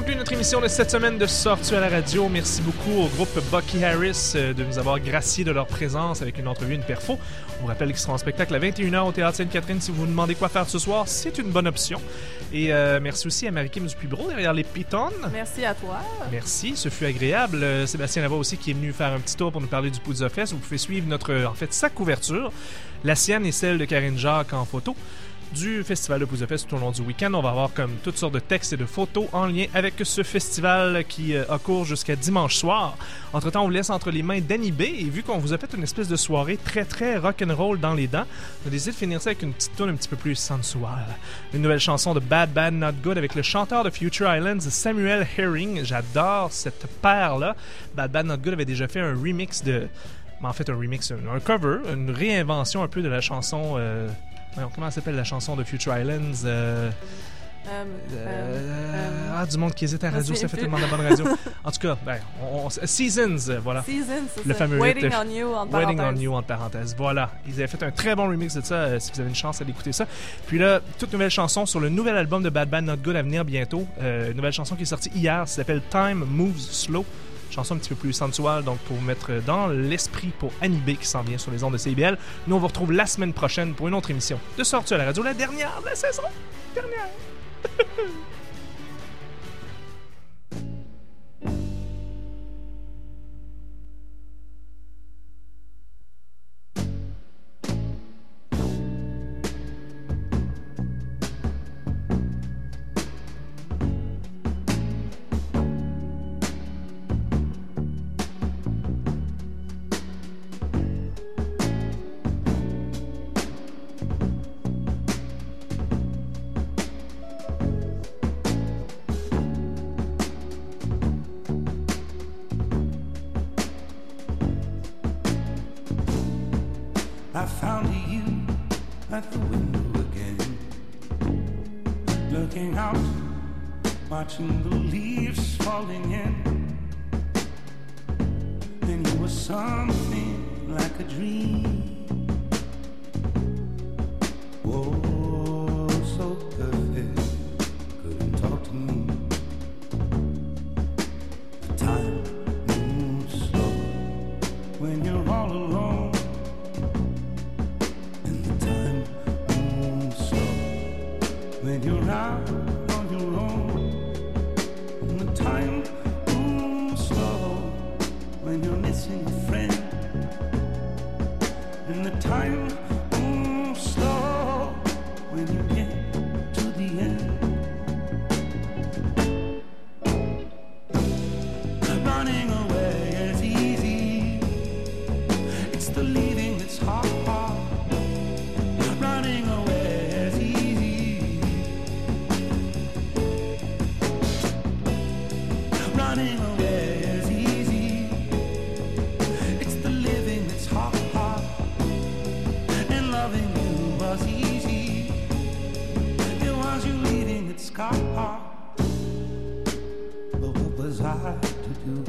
conclut notre émission de cette semaine de Sors-tu à la radio. Merci beaucoup au groupe Bucky Harris de nous avoir gracié de leur présence avec une entrevue, une perfo. On vous rappelle qu'ils seront en spectacle à 21h au Théâtre Sainte-Catherine. Si vous vous demandez quoi faire ce soir, c'est une bonne option. Et merci aussi à Marie-Kim Dupubro derrière les pitons. Merci à toi. Merci, ce fut agréable. Sébastien Lavoie aussi qui est venu faire un petit tour pour nous parler du Poudza Fest. Vous pouvez suivre sa couverture, la sienne et celle de Karine Jacques en photo du Festival de Poudza Fest tout au long du week-end. On va avoir comme toutes sortes de textes et de photos en lien avec ce festival qui a cours jusqu'à dimanche soir. Entre-temps, on vous laisse entre les mains d'Annie B. Et vu qu'on vous a fait une espèce de soirée très très rock'n'roll dans les dents, on a décidé de finir ça avec une petite tune un petit peu plus sensuelle. Une nouvelle chanson de Bad Bad Not Good avec le chanteur de Future Islands, Samuel Herring. J'adore cette paire-là. Bad Bad Not Good avait déjà fait un remix un cover, une réinvention un peu de la chanson... comment s'appelle la chanson de Future Islands? Du monde qui hésite à la radio, ça fait tellement de bonne radio. En tout cas, Seasons, voilà. Seasons, c'est le ça. fameux Waiting hit, on You, entre Waiting parenthèses. on You, entre parenthèses. Voilà. Ils avaient fait un très bon remix de ça, si vous avez une chance d'écouter ça. Puis là, toute nouvelle chanson sur le nouvel album de Bad Bad Not Good à venir bientôt. Une nouvelle chanson qui est sortie hier, ça s'appelle Time Moves Slow. Chanson un petit peu plus sensuelle, donc pour vous mettre dans l'esprit pour Annie B qui s'en vient sur les ondes de CIBL. Nous, on vous retrouve la semaine prochaine pour une autre émission de Sors-tu à la radio, la dernière de la saison. Dernière. I found you at the window again, looking out, watching the leaves falling in. Then you were something like a dream. Oh, so perfect, couldn't talk to me. The time moves slow when you're all alone. When you're out on your own, and the time moves slow. When you're missing a friend, and the time moves slow. When you get to the end, running away is easy. It's the leaving that's hard. Running away is easy. Running away is easy. It's the living that's hard. And loving you was easy. It was you leaving that's hard. But what was I to do?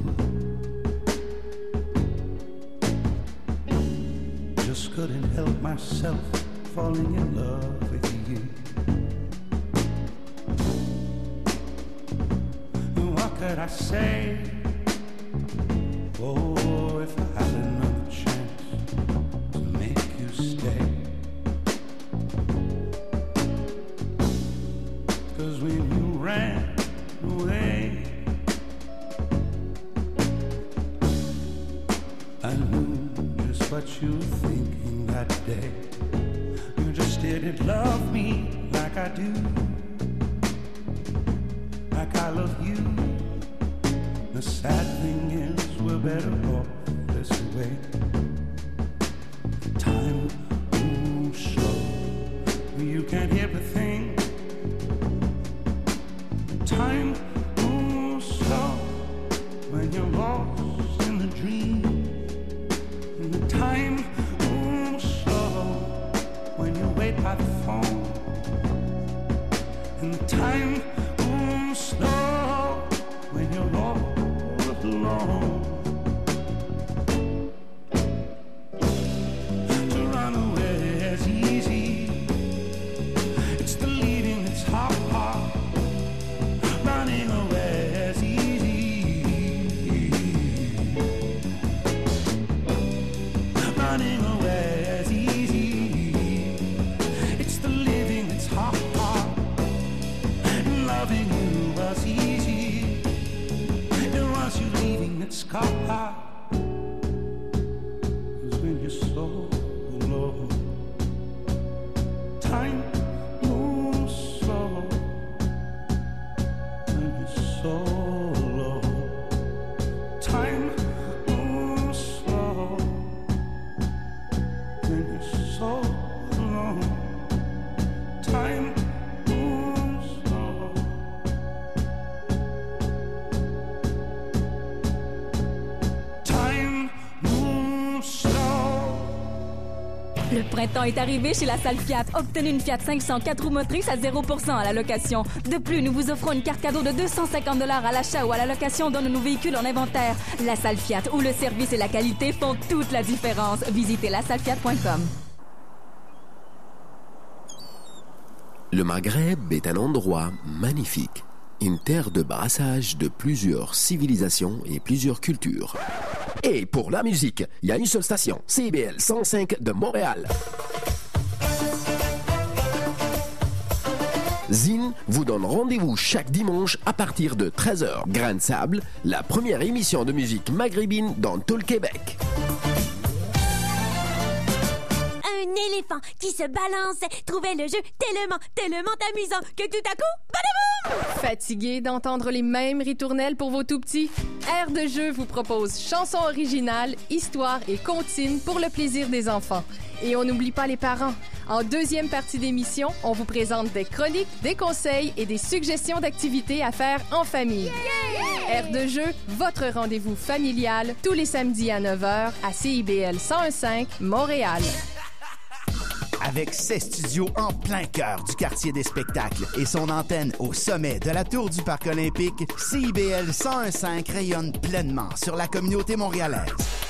Just couldn't help myself falling in love with you. What could I say? Oh, if I had another chance to make you stay. 'Cause when you ran away, I knew just what you were thinking that day. You just didn't love me like I do, like I love you. The sad thing is we're better off this way. Time moves slow, you can't hear a thing. Time moves slow when you're lost in the dream. And the time moves slow when you wait by the phone. And the time moves slow when you're all alone. To run away is easy. It's the leaving that's hard. Running away running away is easy. It's the living that's hard. Loving you was easy. It was you leaving that's hard. 'Cause when you're so alone, time moves slow. When you're so alone, time moves slow. When you're so alone, time moves slow. Time moves slow. Le printemps est arrivé chez la salle Fiat. Obtenez une Fiat 500 4 roues motrices à 0% à la location. De plus, nous vous offrons une carte cadeau de 250 $ à l'achat ou à la location d'un de nos véhicules en inventaire. La salle Fiat, où le service et la qualité font toute la différence. Visitez lasallefiat.com. Le Maghreb est un endroit magnifique, une terre de brassage de plusieurs civilisations et plusieurs cultures. Et pour la musique, il y a une seule station, CIBL 105 de Montréal. Zine vous donne rendez-vous chaque dimanche à partir de 13h. Grain de Sable, la première émission de musique maghrébine dans tout le Québec. Un éléphant qui se balance trouvait le jeu tellement amusant que tout à coup, badaboum! Fatigué d'entendre les mêmes ritournelles pour vos tout-petits? Air de jeu vous propose chansons originales, histoires et comptines pour le plaisir des enfants. Et on n'oublie pas les parents. En deuxième partie d'émission, on vous présente des chroniques, des conseils et des suggestions d'activités à faire en famille. Air de jeu, votre rendez-vous familial, tous les samedis à 9h à CIBL 101.5 Montréal. Avec ses studios en plein cœur du quartier des spectacles et son antenne au sommet de la tour du Parc olympique, CIBL 101.5 rayonne pleinement sur la communauté montréalaise.